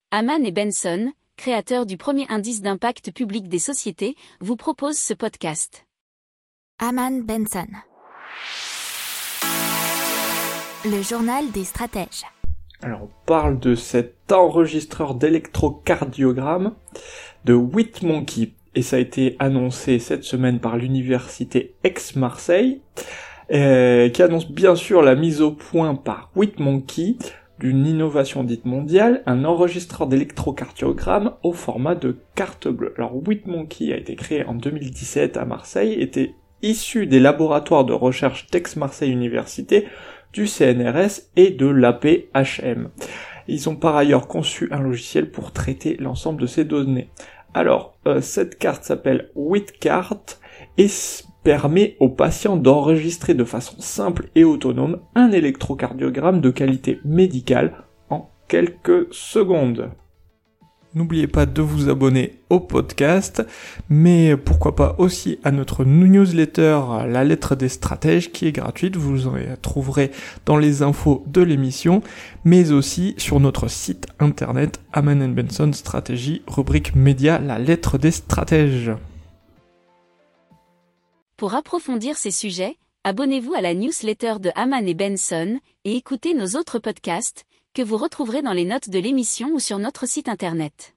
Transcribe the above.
Hamann et Benson, créateurs du premier indice d'impact public des sociétés, vous proposent ce podcast. Hamann Benson. Le journal des stratèges. Alors on parle de cet enregistreur d'électrocardiogramme de Whitmonkey et ça a été annoncé cette semaine par l'université Aix-Marseille qui annonce bien sûr la mise au point par Whitmonkey d'une innovation dite mondiale, un enregistreur d'électrocardiogramme au format de carte bleue. Alors Whitmonkey a été créé en 2017 à Marseille, était issu des laboratoires de recherche d'Aix-Marseille Université, du CNRS et de l'APHM. Ils ont par ailleurs conçu un logiciel pour traiter l'ensemble de ces données. Alors, cette carte s'appelle WhitCart et permet aux patients d'enregistrer de façon simple et autonome un électrocardiogramme de qualité médicale en quelques secondes. N'oubliez pas de vous abonner au podcast, mais pourquoi pas aussi à notre newsletter La Lettre des Stratèges qui est gratuite, vous en trouverez dans les infos de l'émission, mais aussi sur notre site internet Hamann & Benson Stratégie, rubrique média La Lettre des Stratèges. Pour approfondir ces sujets, abonnez-vous à la newsletter de Hamann & Benson et écoutez nos autres podcasts que vous retrouverez dans les notes de l'émission ou sur notre site internet.